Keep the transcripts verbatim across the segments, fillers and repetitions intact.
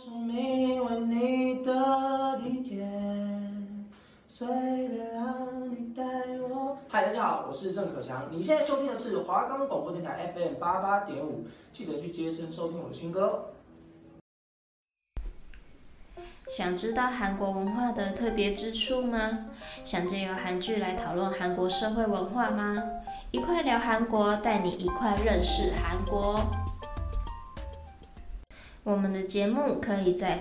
生命为你的地铁，随便让你带我。嗨，大家好，我是郑可强，你现在收听的是华冈广播电台 F M 八八点五，记得去接声收听我的新歌。 想知道韩国文化的特别之处吗？想借由韩剧来讨论韩国社会文化吗？一块聊韩国，带你一块认识韩国。我们的节目可以在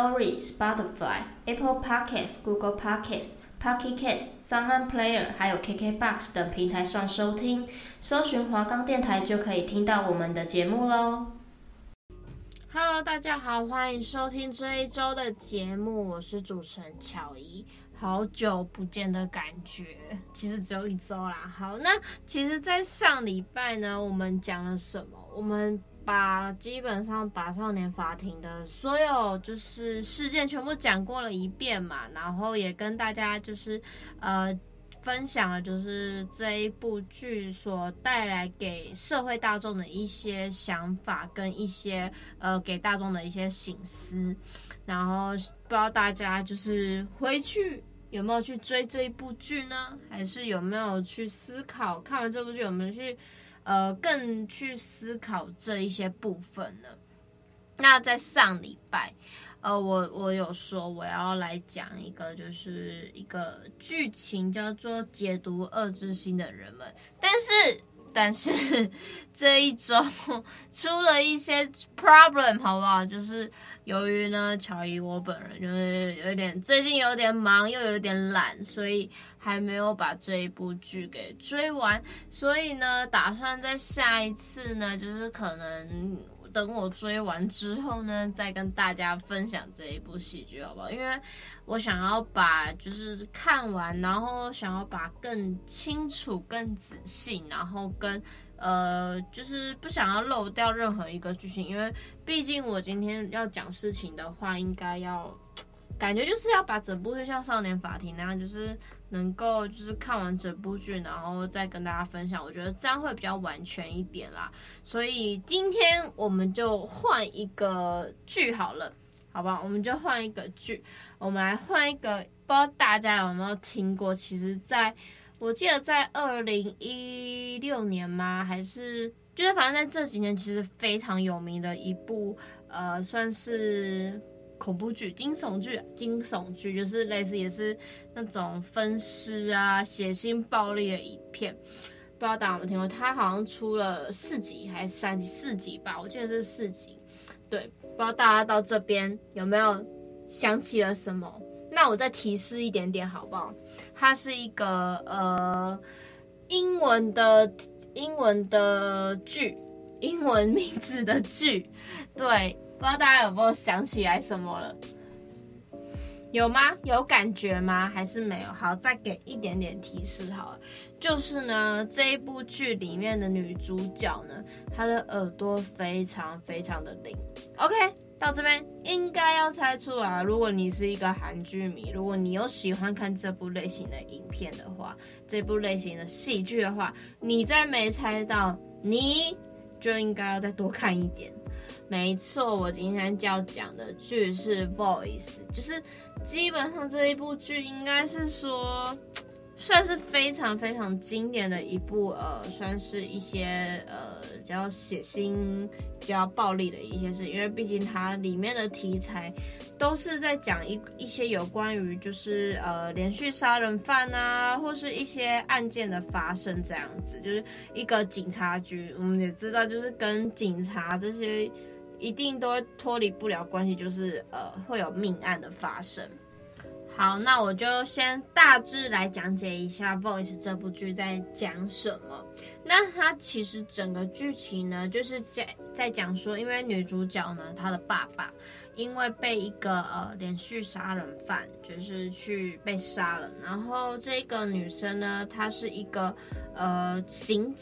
Firstory、Spotify、Apple Podcasts、Google Podcasts、Pocket Casts、Sound Player 还有 K K Box 等平台上收听，搜寻华冈电台就可以听到我们的节目咯。Hello， 大家好，欢迎收听这一周的节目，我是主持人巧怡。好久不见的感觉，其实只有一周啦。好，那其实，在上礼拜呢，我们讲了什么？我们把基本上把少年法庭的所有就是事件全部讲过了一遍嘛，然后也跟大家就是呃。分享了就是这一部剧所带来给社会大众的一些想法跟一些呃给大众的一些省思，然后不知道大家就是回去有没有去追这一部剧呢？还是有没有去思考看完这部剧有没有去呃更去思考这一些部分呢？那在上礼拜。呃，我我有说我要来讲一个，就是一个剧情叫做《解读恶之心的人们》，但是但是这一周出了一些 problem， 好不好？就是由于呢，乔伊我本人就是有点最近有点忙，又有点懒，所以还没有把这一部剧给追完，所以呢，打算在下一次呢，就是可能。等我追完之后呢，再跟大家分享这一部戏剧，好不好？因为我想要把就是看完，然后想要把更清楚、更仔细，然后跟呃，就是不想要漏掉任何一个剧情，因为毕竟我今天要讲事情的话，应该要感觉就是要把整部剧像少年法庭那样，就是能够就是看完整部剧，然后再跟大家分享，我觉得这样会比较完全一点啦。所以今天我们就换一个剧好了，好吧？我们就换一个剧，我们来换一个，不知道大家有没有听过？其实在我记得在二零一六年吗？还是就是反正在这几年，其实非常有名的一部呃，算是。恐怖剧、惊悚剧、惊悚剧就是类似也是那种分尸啊、血腥暴力的影片，不知道大家有没有听过？它好像出了四集还是三集？四集吧，我记得是四集。对，不知道大家到这边有没有想起了什么？那我再提示一点点好不好？它是一个呃英文的英文的剧，英文名字的剧，对。不知道大家有没有想起来什么了？有吗？有感觉吗？还是没有？好，再给一点点提示好了。就是呢，这一部剧里面的女主角呢，她的耳朵非常非常的灵。OK， 到这边应该要猜出来。如果你是一个韩剧迷，如果你有喜欢看这部类型的影片的话，这部类型的戏剧的话，你再没猜到，你就应该要再多看一点。没错，我今天要讲的剧是《Voice》，就是基本上这一部剧应该是说，算是非常非常经典的一部，呃，算是一些呃比较血腥、比较暴力的一些事，因为毕竟它里面的题材都是在讲一一些有关于就是呃连续杀人犯啊，或是一些案件的发生这样子，就是一个警察局，我们也知道，就是跟警察这些。一定都会脱离不了关系，就是呃会有命案的发生。好，那我就先大致来讲解一下《Voice》这部剧在讲什么。那它其实整个剧情呢，就是在在讲说，因为女主角呢，她的爸爸因为被一个呃连续杀人犯就是去被杀了，然后这个女生呢，她是一个呃刑警。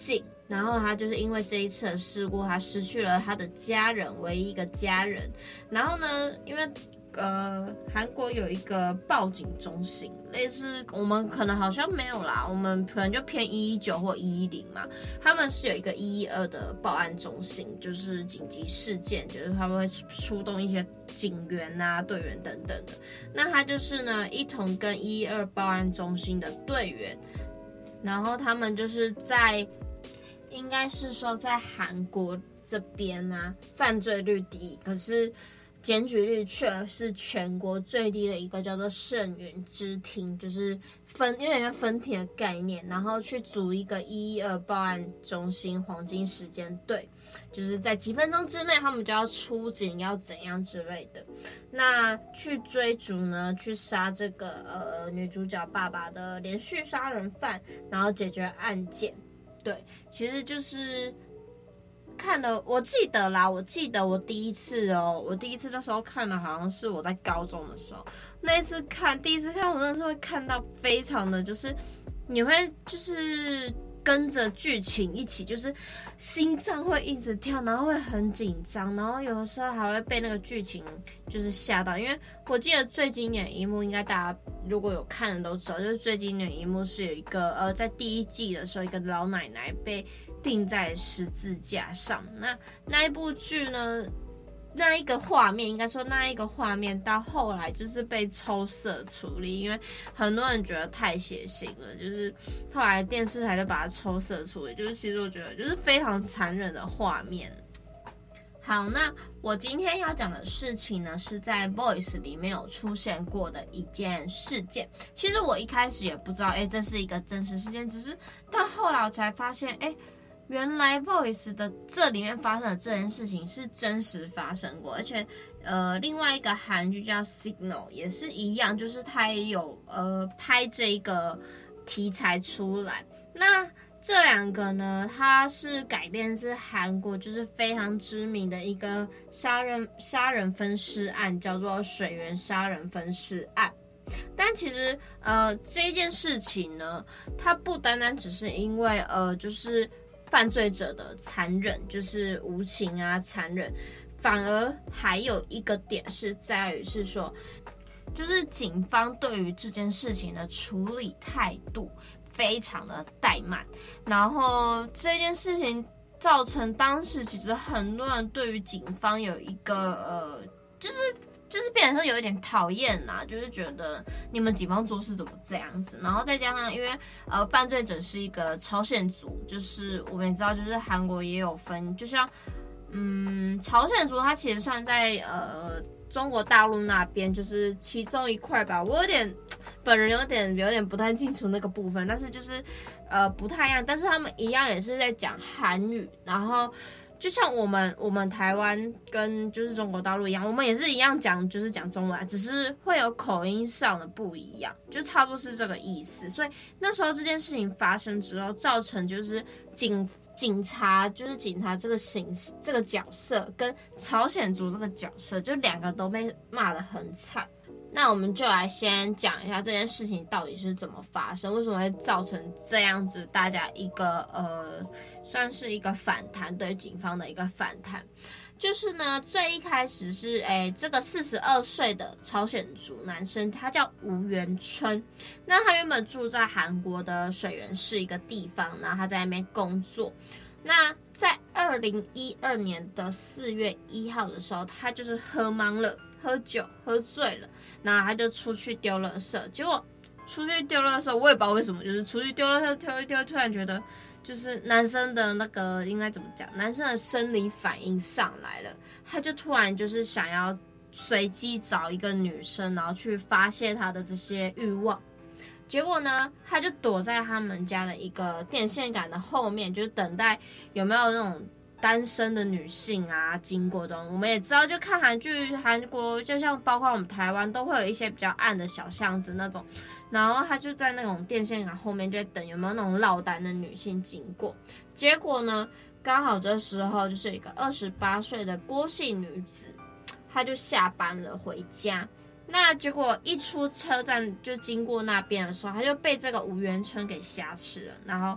然后他就是因为这一次的事故，他失去了他的家人，唯一一个家人。然后呢，因为呃，韩国有一个报警中心，类似我们可能好像没有啦，我们可能就偏一一九或一一零嘛。他们是有一个一一二的报案中心，就是紧急事件，就是他们会出动一些警员啊、队员等等的。那他就是呢，一同跟一一二报案中心的队员，然后他们就是在，应该是说在韩国这边啊，犯罪率低，可是检举率却是全国最低的一个叫做圣云支厅，就是分有点像分庭的概念，然后去组一个一一二报案中心黄金时间队，就是在几分钟之内他们就要出警，要怎样之类的。那去追逐呢，去杀这个呃女主角爸爸的连续杀人犯，然后解决案件。对，其实就是看了，我记得啦，我记得我第一次哦，我第一次那时候看的好像是我在高中的时候，那一次看，第一次看，我真的是会看到非常的，就是你会就是跟着剧情一起，就是心脏会一直跳，然后会很紧张，然后有的时候还会被那个剧情就是吓到，因为我记得最经典的一幕，应该大家如果有看的都知道，就是最经典的一幕是有一个呃，在第一季的时候，一个老奶奶被钉在十字架上。那那一部剧呢，那一个画面，应该说那一个画面到后来就是被抽色处理，因为很多人觉得太血腥了，就是后来电视台就把它抽色处理，就是其实我觉得就是非常残忍的画面。好，那我今天要讲的事情呢，是在《Boys》里面有出现过的一件事件。其实我一开始也不知道，哎，这是一个真实事件，只是到后来我才发现，哎，原来《Boys》的这里面发生的这件事情是真实发生过，而且，呃，另外一个韩剧叫《Signal》也是一样，就是它也有呃拍这个题材出来。那这两个呢，它是改编自韩国就是非常知名的一个杀人杀人分尸案，叫做水源杀人分尸案。但其实呃这件事情呢，它不单单只是因为呃就是犯罪者的残忍，就是无情啊残忍，反而还有一个点是在于是说，就是警方对于这件事情的处理态度非常的怠慢，然后这件事情造成当时其实很多人对于警方有一个呃，就是就是变成说有一点讨厌啦，就是觉得你们警方做事怎么这样子，然后再加上因为呃犯罪者是一个朝鲜族，就是我们也知道，就是韩国也有分，就像嗯朝鲜族，它其实算在呃。中国大陆那边就是其中一块吧，我有点本人有点有点不太清楚那个部分，但是就是呃不太一样，但是他们一样也是在讲韩语，然后就像我们我们台湾跟就是中国大陆一样，我们也是一样讲就是讲中文，只是会有口音上的不一样，就差不多是这个意思。所以那时候这件事情发生之后，造成就是警。警察就是警察这个形这个角色跟朝鲜族这个角色，就两个都被骂得很惨。那我们就来先讲一下这件事情到底是怎么发生，为什么会造成这样子，大家一个呃算是一个反弹，对警方的一个反弹。就是呢，最一开始是诶，这个四十二岁的朝鲜族男生，他叫吴元春。那他原本住在韩国的水源市一个地方，然后他在那边工作。那在二零一二年的四月一号的时候，他就是喝懵了，喝酒喝醉了，然后他就出去丢垃圾。结果出去丢垃圾，我也不知道为什么，就是出去丢垃圾丢一丢，突然觉得。就是男生的那个应该怎么讲？男生的生理反应上来了，他就突然就是想要随机找一个女生，然后去发泄他的这些欲望。结果呢，他就躲在他们家的一个电线杆的后面，就是等待有没有那种单身的女性啊经过中。我们也知道，就看韩剧，韩国就像包括我们台湾都会有一些比较暗的小巷子那种。然后他就在那种电线杆后面，就在等有没有那种落单的女性经过。结果呢，刚好这时候就是有一个二十八岁的郭姓女子，她就下班了回家。那结果一出车站就经过那边的时候，她就被这个吴元春给挟持了，然后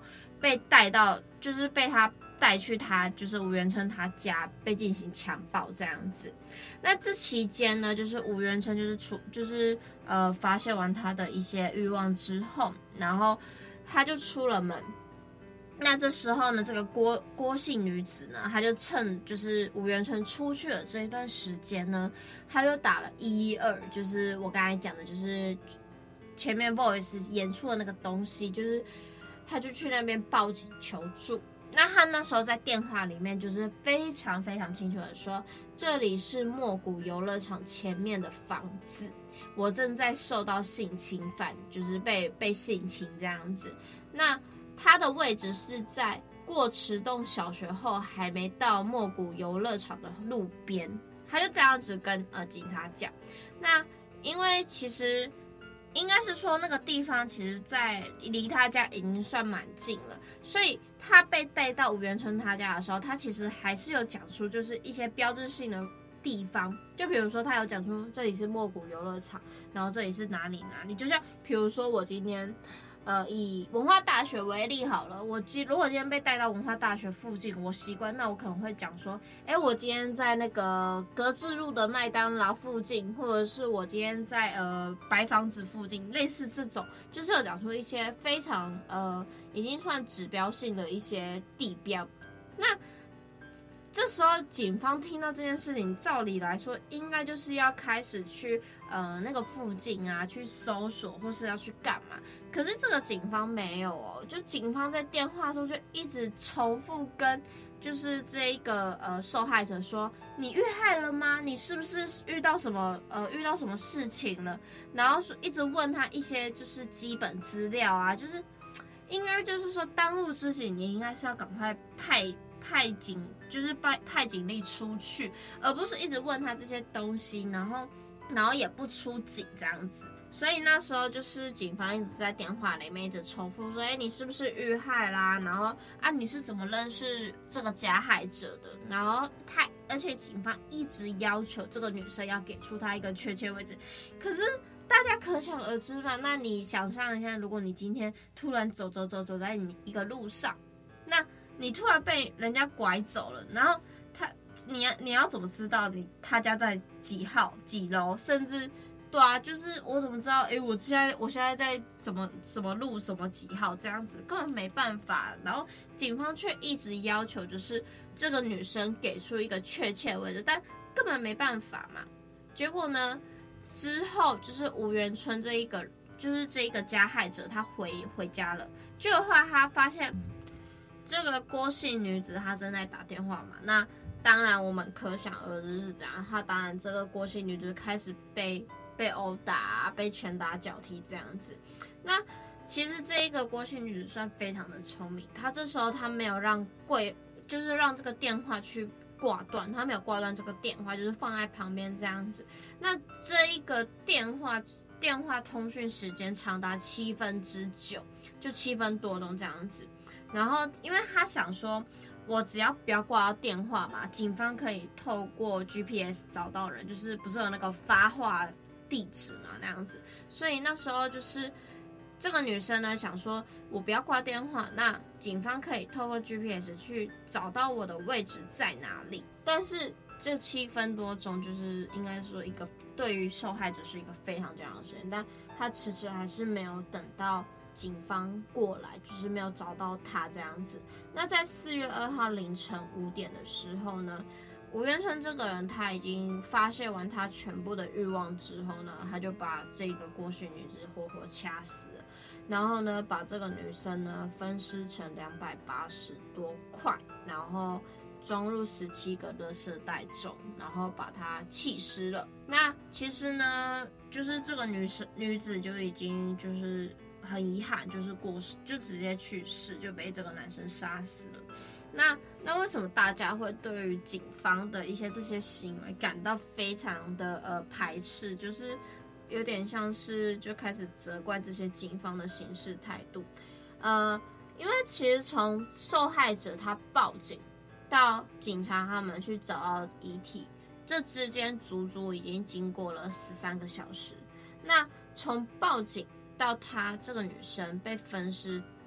被带到，就是被他带去他就是吴元琛他家被进行强暴这样子。那这期间呢，就是吴元琛就是出就是呃发泄完他的一些欲望之后，然后他就出了门。那这时候呢，这个郭郭姓女子呢，她就趁就是吴元琛出去了这一段时间呢，她就打了一一二，就是我刚才讲的，就是前面 voice 演出的那个东西，就是她就去那边报警求助。那她那时候在电话里面就是非常非常清楚的说，这里是莫谷游乐场前面的房子，我正在受到性侵犯，就是被被性侵这样子。那他的位置是在过池洞小学后还没到莫谷游乐场的路边，他就这样子跟呃警察讲。那因为其实应该是说那个地方其实在离他家已经算蛮近了，所以他被带到吴元琛他家的时候，他其实还是有讲出就是一些标志性的地方，就比如说他有讲出这里是莫谷游乐场，然后这里是哪里哪里，就像比如说我今天。呃，以文化大学为例好了，我今如果今天被带到文化大学附近，我习惯，那我可能会讲说，哎，我今天在那个格致路的麦当劳附近，或者是我今天在呃白房子附近，类似这种，就是有讲出一些非常呃已经算指标性的一些地标。那这时候警方听到这件事情，照理来说应该就是要开始去呃那个附近啊去搜索，或是要去干嘛。可是这个警方没有哦，就警方在电话中就一直重复跟就是这一个呃受害者说，你遇害了吗？你是不是遇到什么呃遇到什么事情了？然后一直问他一些就是基本资料啊，就是应该就是说当务之急，你应该是要赶快派。派警就是派派警力出去，而不是一直问他这些东西，然后然后也不出警这样子。所以那时候就是警方一直在电话里面一直重复说，哎，你是不是遇害啦？然后啊，你是怎么认识这个加害者的？然后他，而且警方一直要求这个女生要给出他一个确切位置，可是。大家可想而知嘛，那你想象一下，如果你今天突然走走走走在你一个路上，那你突然被人家拐走了，然后他，你你要怎么知道你他家在几号几楼？甚至对啊，就是我怎么知道？哎，我现在我现在在什么什么路什么几号这样子，根本没办法。然后警方却一直要求，就是这个女生给出一个确切位置，但根本没办法嘛。结果呢，之后就是吴元琛这一个，就是这一个加害者，他回回家了。结果后来他发现。这个郭姓女子她正在打电话嘛，那当然我们可想而知是怎样。她当然这个郭姓女子开始被被殴打、被拳打脚踢这样子。那其实这一个郭姓女子算非常的聪明，她这时候她没有让柜，就是让这个电话去挂断，她没有挂断这个电话，就是放在旁边这样子。那这一个电话电话通讯时间长达七分之久，就七分多钟这样子。然后，因为他想说，我只要不要挂到电话嘛，警方可以透过 G P S 找到人，就是不是有那个发话地址嘛那样子。所以那时候就是这个女生呢想说，我不要挂电话，那警方可以透过 G P S 去找到我的位置在哪里。但是这七分多钟就是应该说一个对于受害者是一个非常重要的时间，但他迟迟还是没有等到。警方过来，就是没有找到他这样子。那在四月二号凌晨五点的时候呢，吴元琛这个人他已经发泄完他全部的欲望之后呢，他就把这个郭姓女子活活掐死了，然后呢，把这个女生呢分尸成两百八十多块，然后装入十七个垃圾袋中，然后把它弃尸了。那其实呢，就是这个女生女子就已经就是。很遗憾，就是过世，就直接去世，就被这个男生杀死了。那那为什么大家会对于警方的一些这些行为感到非常的呃排斥？就是有点像是就开始责怪这些警方的行事态度。呃，因为其实从受害者他报警到警察他们去找到遗体，这之间足足已经经过了十三个小时。那从报警到她这个女生被分尸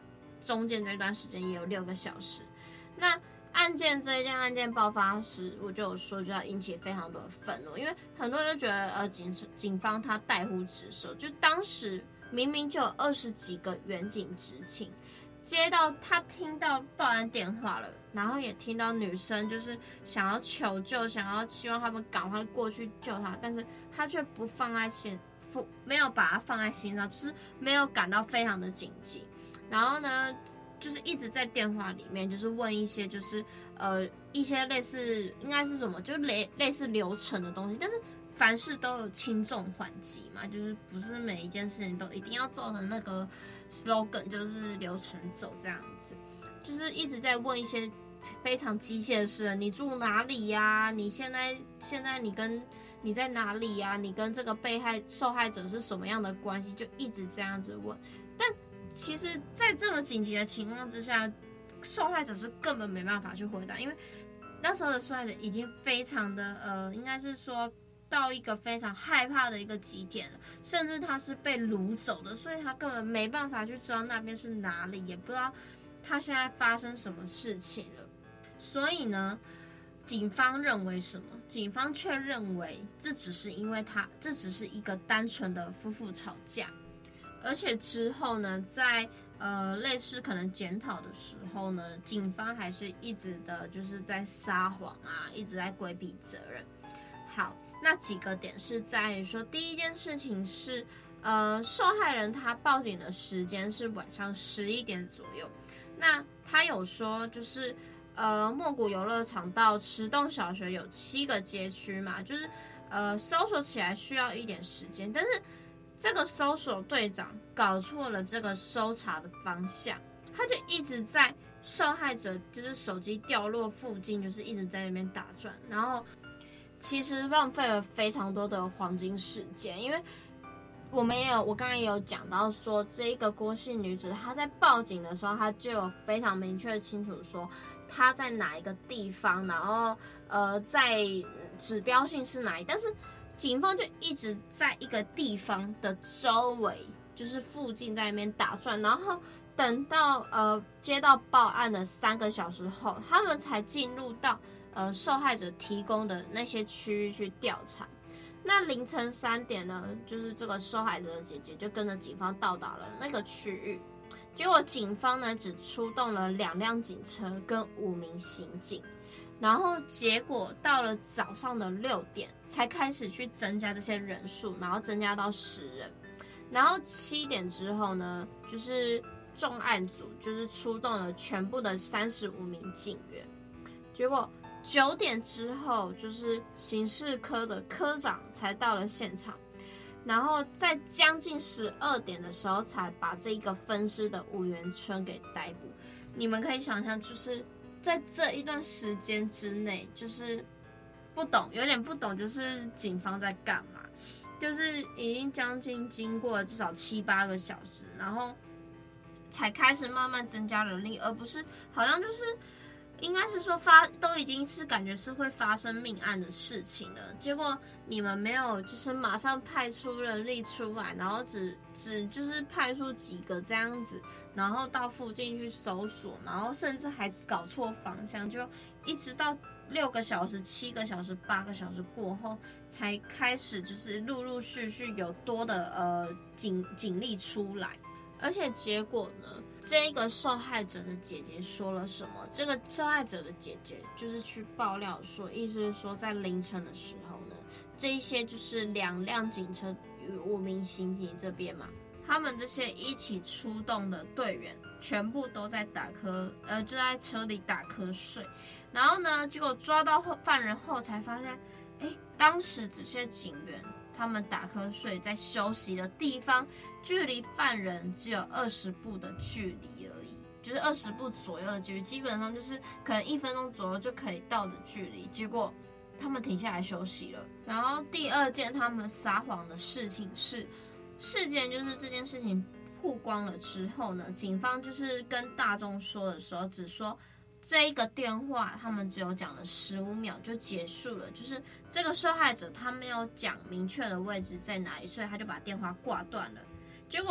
中间这段时间也有六个小时。那案件这一件案件爆发时，我就有说就要引起非常多的愤怒，因为很多人就觉得呃警警方他怠忽职守，就当时明明就有二十几个员警执勤，接到他听到报案电话了，然后也听到女生就是想要求救，想要希望他们赶快过去救他，但是他却不放在心，没有把它放在心上，就是没有感到非常的紧急。然后呢，就是一直在电话里面，就是问一些就是呃一些类似应该是什么，就是类类似流程的东西，但是凡事都有轻重缓急嘛，就是不是每一件事情都一定要做成那个 slogan， 就是流程走这样子，就是一直在问一些非常机械的事，你住哪里呀、啊？你现在现在你跟你在哪里呀、啊？你跟这个被害受害者是什么样的关系？就一直这样子问，但其实，在这么紧急的情况之下，受害者是根本没办法去回答，因为那时候的受害者已经非常的呃，应该是说到一个非常害怕的一个极点了，甚至他是被掳走的，所以他根本没办法去知道那边是哪里，也不知道他现在发生什么事情了。所以呢，警方认为什么？警方却认为这只是因为他，这只是一个单纯的夫妇吵架。而且之后呢，在呃类似可能检讨的时候呢，警方还是一直的就是在撒谎啊，一直在规避责任。好，那几个点是在于说，第一件事情是，呃，受害人他报警的时间是晚上十一点左右。那他有说就是，呃，莫谷游乐场到池洞小学有七个街区嘛，就是呃搜索起来需要一点时间，但是这个搜索队长搞错了这个搜查的方向，他就一直在受害者就是手机掉落附近，就是一直在那边打转，然后其实浪费了非常多的黄金时间，因为我们也有，我刚刚也有讲到说，这一个郭姓女子她在报警的时候，她就有非常明确清楚说她在哪一个地方，然后呃在指标性是哪里，但是警方就一直在一个地方的周围，就是附近在那边打转，然后等到呃接到报案的三个小时后，他们才进入到呃受害者提供的那些区域去调查。那凌晨三点呢，就是这个受害者的姐姐就跟着警方到达了那个区域，结果警方呢只出动了两辆警车跟五名刑警。然后结果到了早上的六点才开始去增加这些人数，然后增加到十人。然后七点之后呢，就是重案组就是出动了全部的三十五名警员。结果九点之后，就是刑事科的科长才到了现场，然后在将近十二点的时候才把这一个分尸的吴元春给逮捕。你们可以想象，就是在这一段时间之内，就是不懂，有点不懂，就是警方在干嘛？就是已经将近经过了至少七八个小时，然后才开始慢慢增加人力，而不是好像就是应该是说发都已经是感觉是会发生命案的事情了，结果你们没有就是马上派出人力出来，然后只只就是派出几个这样子，然后到附近去搜索，然后甚至还搞错方向，就一直到六个小时、七个小时、八个小时过后，才开始就是陆陆续续有多的呃警警力出来。而且结果呢，这个受害者的姐姐说了什么？这个受害者的姐姐就是去爆料说，意思是说在凌晨的时候呢，这一些就是两辆警车与五名刑警这边嘛，他们这些一起出动的队员全部都在打瞌，呃，就在车里打瞌睡。然后呢，结果抓到犯人后才发现，哎，当时这些警员他们打瞌睡在休息的地方，距离犯人只有二十步的距离而已，就是二十步左右的距离，基本上就是可能一分钟左右就可以到的距离。结果他们停下来休息了。然后第二件他们撒谎的事情是，事件就是这件事情曝光了之后呢，警方就是跟大众说的时候，只说这一个电话他们只有讲了十五秒就结束了，就是这个受害者他没有讲明确的位置在哪里，所以他就把电话挂断了。结果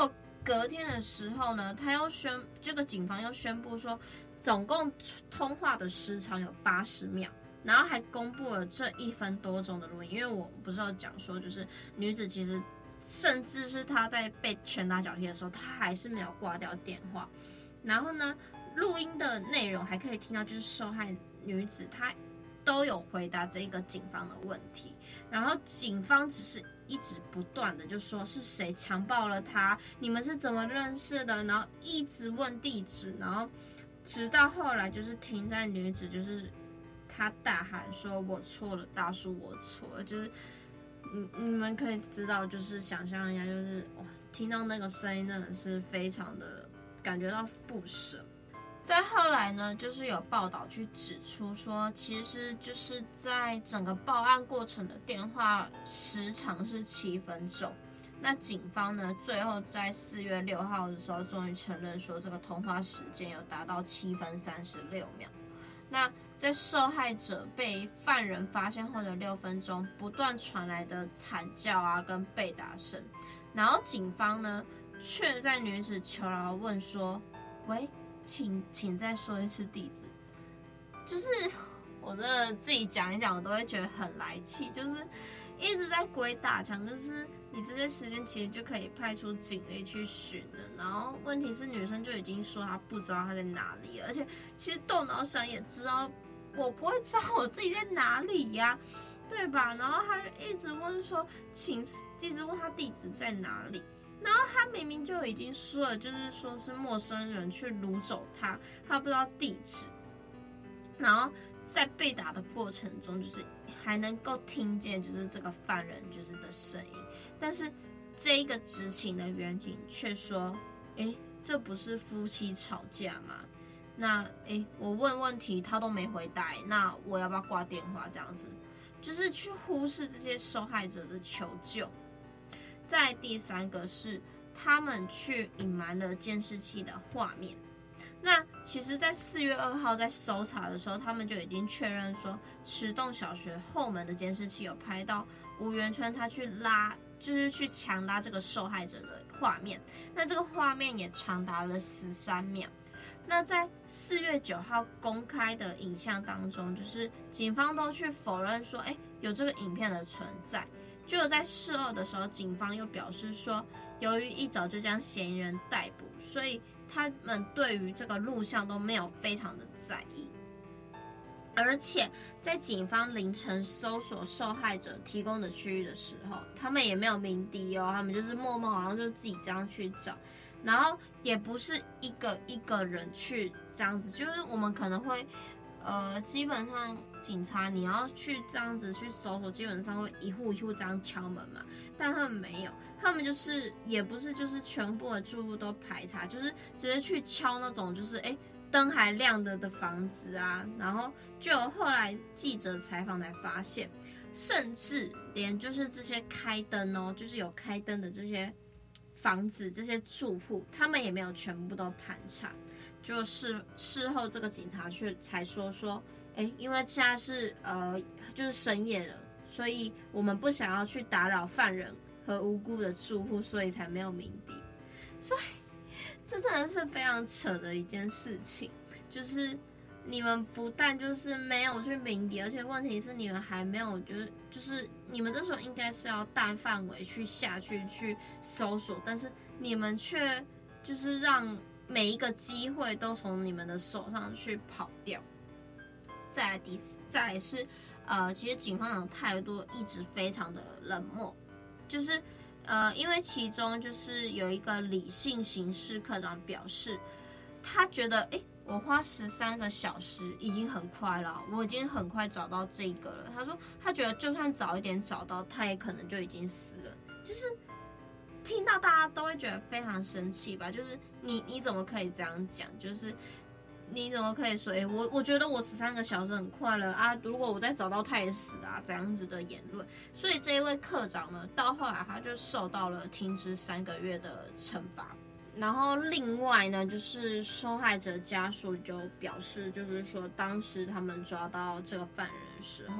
隔天的时候呢，他又宣这个警方又宣布说，总共通话的时长有八十秒。然后还公布了这一分多钟的录音，因为我不是有讲说，就是女子其实甚至是她在被拳打脚踢的时候，她还是没有挂掉电话。然后呢，录音的内容还可以听到，就是受害女子她都有回答这个警方的问题，然后警方只是一直不断的就说是谁强暴了她，你们是怎么认识的，然后一直问地址，然后直到后来就是停在女子就是他大喊说：“我错了，大叔，我错了。”就是你你们可以知道，就是想象一下，就是哇，听到那个声音真的是非常的感觉到不舍。再后来呢，就是有报道去指出说，其实就是在整个报案过程的电话时长是七分钟。那警方呢，最后在四月六号的时候，终于承认说，这个通话时间有达到七分三十六秒。那在受害者被犯人发现后的六分钟，不断传来的惨叫啊跟被打声，然后警方呢却在女子求饶问说：“喂，请请再说一次地址。”就是我真的自己讲一讲，我都会觉得很来气，就是一直在鬼打墙，就是你这些时间其实就可以派出警力去寻的，然后问题是女生就已经说她不知道她在哪里了，而且其实窦脑想也知道我不会知道我自己在哪里呀，对吧？然后他一直问说，请一直问他地址在哪里，然后他明明就已经说了，就是说是陌生人去掳走他，他不知道地址，然后在被打的过程中，就是还能够听见就是这个犯人就是的声音，但是这一个执勤的员警却说，诶，这不是夫妻吵架吗？那诶，我问问题他都没回答，那我要不要挂电话？这样子就是去忽视这些受害者的求救。再第三个是他们去隐瞒了监视器的画面。那其实在四月二号在搜查的时候，他们就已经确认说，池洞小学后门的监视器有拍到吴元春他去拉，就是去强拉这个受害者的画面。那这个画面也长达了十三秒。那在四月九号公开的影像当中，就是警方都去否认说，哎，有这个影片的存在。就有在事后的时候，警方又表示说，由于一早就将嫌疑人逮捕，所以他们对于这个录像都没有非常的在意。而且在警方凌晨搜索受害者提供的区域的时候，他们也没有鸣笛哦，他们就是默默好像就自己这样去找。然后也不是一个一个人去这样子，就是我们可能会，呃，基本上警察你要去这样子去搜索，基本上会一户一户这样敲门嘛，但他们没有，他们就是也不是就是全部的住户都排查，就是直接去敲那种就是哎灯还亮的的房子啊，然后就有后来记者采访才发现，甚至连就是这些开灯哦，就是有开灯的这些房子这些住户，他们也没有全部都盘查，就是事后这个警察却才说说，哎，因为现在是呃就是深夜了，所以我们不想要去打扰犯人和无辜的住户，所以才没有鸣笛。所以这真的是非常扯的一件事情，就是你们不但就是没有去鸣笛，而且问题是你们还没有就是就是你们这时候应该是要大范围去下去去搜索，但是你们却就是让每一个机会都从你们的手上去跑掉。再来第四，再来是呃，其实警方的态度一直非常的冷漠，就是呃，因为其中就是有一个理性刑事科长表示，他觉得哎。我花十三个小时已经很快了，我已经很快找到这个了。他说他觉得就算早一点找到，他也可能就已经死了。就是听到大家都会觉得非常生气吧？就是你你怎么可以这样讲？就是你怎么可以说，哎，我我觉得我十三个小时很快了啊，如果我再找到他也死了啊，这样子的言论。所以这一位科长呢，到后来他就受到了停职三个月的惩罚。然后另外呢，就是受害者家属就表示，就是说当时他们抓到这个犯人的时候，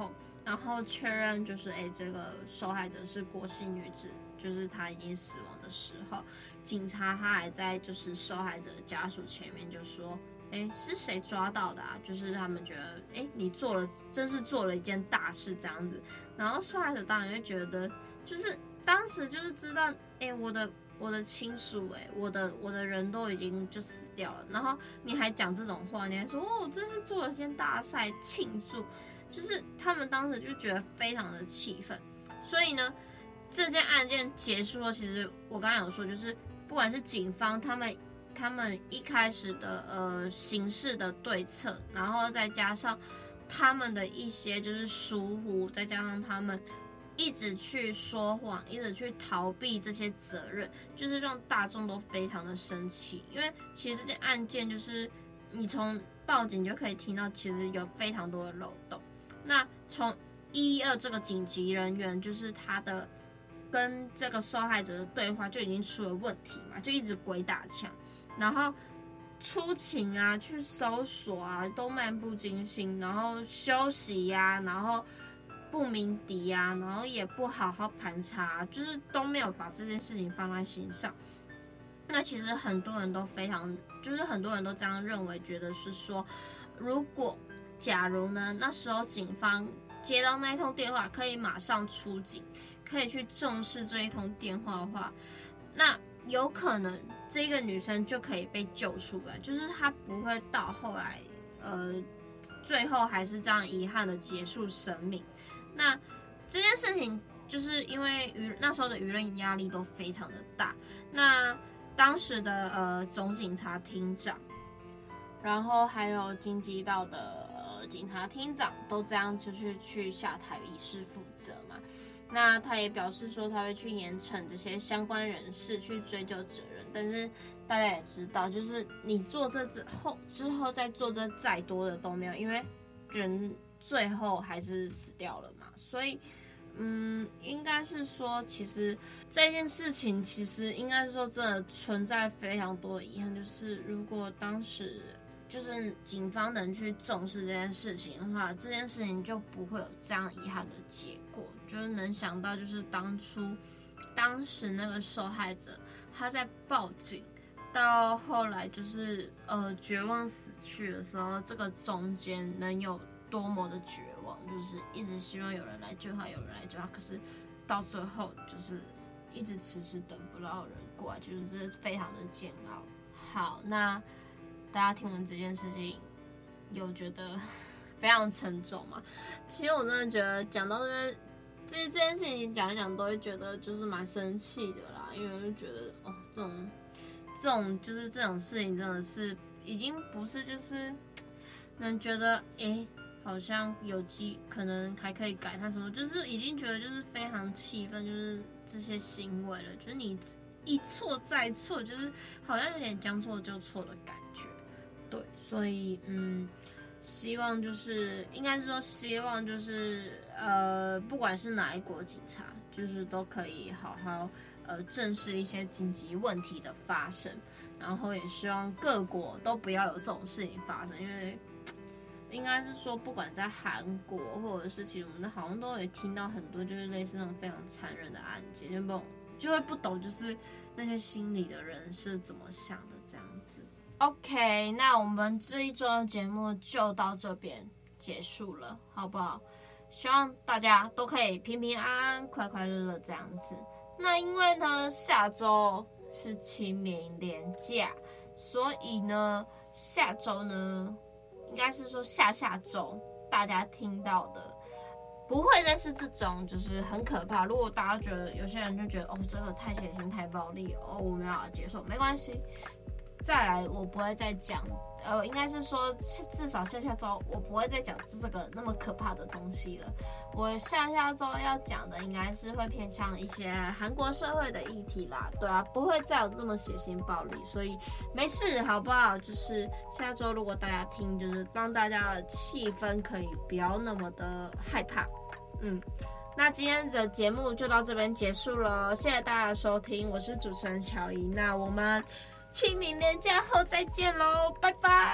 然后确认就是哎，这个受害者是郭姓女子，就是她已经死亡的时候，警察他还在就是受害者的家属前面就说，哎，是谁抓到的啊？就是他们觉得，哎，你做了，真是做了一件大事这样子。然后受害者当然会觉得，就是当时就是知道，哎，我的。我的亲属哎、欸，我的我的人都已经就死掉了，然后你还讲这种话，你还说哦，真是做了件大事庆祝，就是他们当时就觉得非常的气愤。所以呢，这件案件结束后，其实我刚才有说，就是不管是警方他们他们一开始的呃刑事的对策，然后再加上他们的一些就是疏忽，再加上他们。一直去说谎，一直去逃避这些责任，就是让大众都非常的生气。因为其实这件案件就是你从报警就可以听到，其实有非常多的漏洞。那从一一二这个紧急人员，就是他的跟这个受害者的对话就已经出了问题嘛，就一直鬼打墙，然后出勤啊，去搜索啊，都漫不经心，然后休息呀、啊，然后。不鸣笛啊，然后也不好好盘查，就是都没有把这件事情放在心上。那其实很多人都非常，就是很多人都这样认为，觉得是说，如果假如呢，那时候警方接到那一通电话，可以马上出警，可以去重视这一通电话的话，那有可能这个女生就可以被救出来，就是她不会到后来，呃，最后还是这样遗憾的结束生命。那这件事情就是因为舆那时候的舆论压力都非常的大，那当时的呃总警察厅长，然后还有京畿道的、呃、警察厅长都这样就是去下台以示负责嘛。那他也表示说他会去严惩这些相关人士，去追究责任。但是大家也知道，就是你做这之后之后再做这再多的都没有，因为人。最后还是死掉了嘛，所以，嗯，应该是说，其实这件事情其实应该是说，真的存在非常多的遗憾。就是如果当时就是警方能去重视这件事情的话，这件事情就不会有这样遗憾的结果。就是能想到，就是当初当时那个受害者他在报警，到后来就是呃绝望死去的时候，这个中间能有。多么的绝望，就是一直希望有人来救他，有人来救他，可是到最后就是一直迟迟等不到人过来，就是这非常的煎熬。好，那大家听完这件事情，有觉得非常沉重吗？其实我真的觉得讲到这边，这这件事情讲一讲，都会觉得就是蛮生气的啦，因为我就觉得哦，这种这种就是这种事情真的是已经不是就是能觉得诶。好像有机可能还可以改他什么，就是已经觉得就是非常气愤，就是这些行为了，就是你一错再错，就是好像有点将错就错的感觉。对，所以嗯，希望就是应该是说希望就是呃，不管是哪一国警察，就是都可以好好呃正视一些紧急问题的发生，然后也希望各国都不要有这种事情发生，因为。应该是说，不管在韩国或者是其实我们好像都有听到很多就是类似那种非常残忍的案件，就不就会不懂就是那些心里的人是怎么想的这样子。OK， 那我们这一周的节目就到这边结束了，好不好？希望大家都可以平平安安、快快乐乐这样子。那因为呢，下周是清明连假，所以呢，下周呢。应该是说下下周大家听到的不会再是这种就是很可怕。如果大家觉得有些人就觉得哦这个太血腥太暴力哦我没有办法接受，没关系。再来我不会再讲，呃应该是说至少下下周我不会再讲这个那么可怕的东西了。我下下周要讲的应该是会偏向一些韩国社会的议题啦，对啊，不会再有这么血腥暴力，所以没事好不好？就是下周如果大家听，就是让大家的气氛可以不要那么的害怕。嗯，那今天的节目就到这边结束了，谢谢大家的收听，我是主持人乔怡，那我们清明连假后再见喽，拜拜。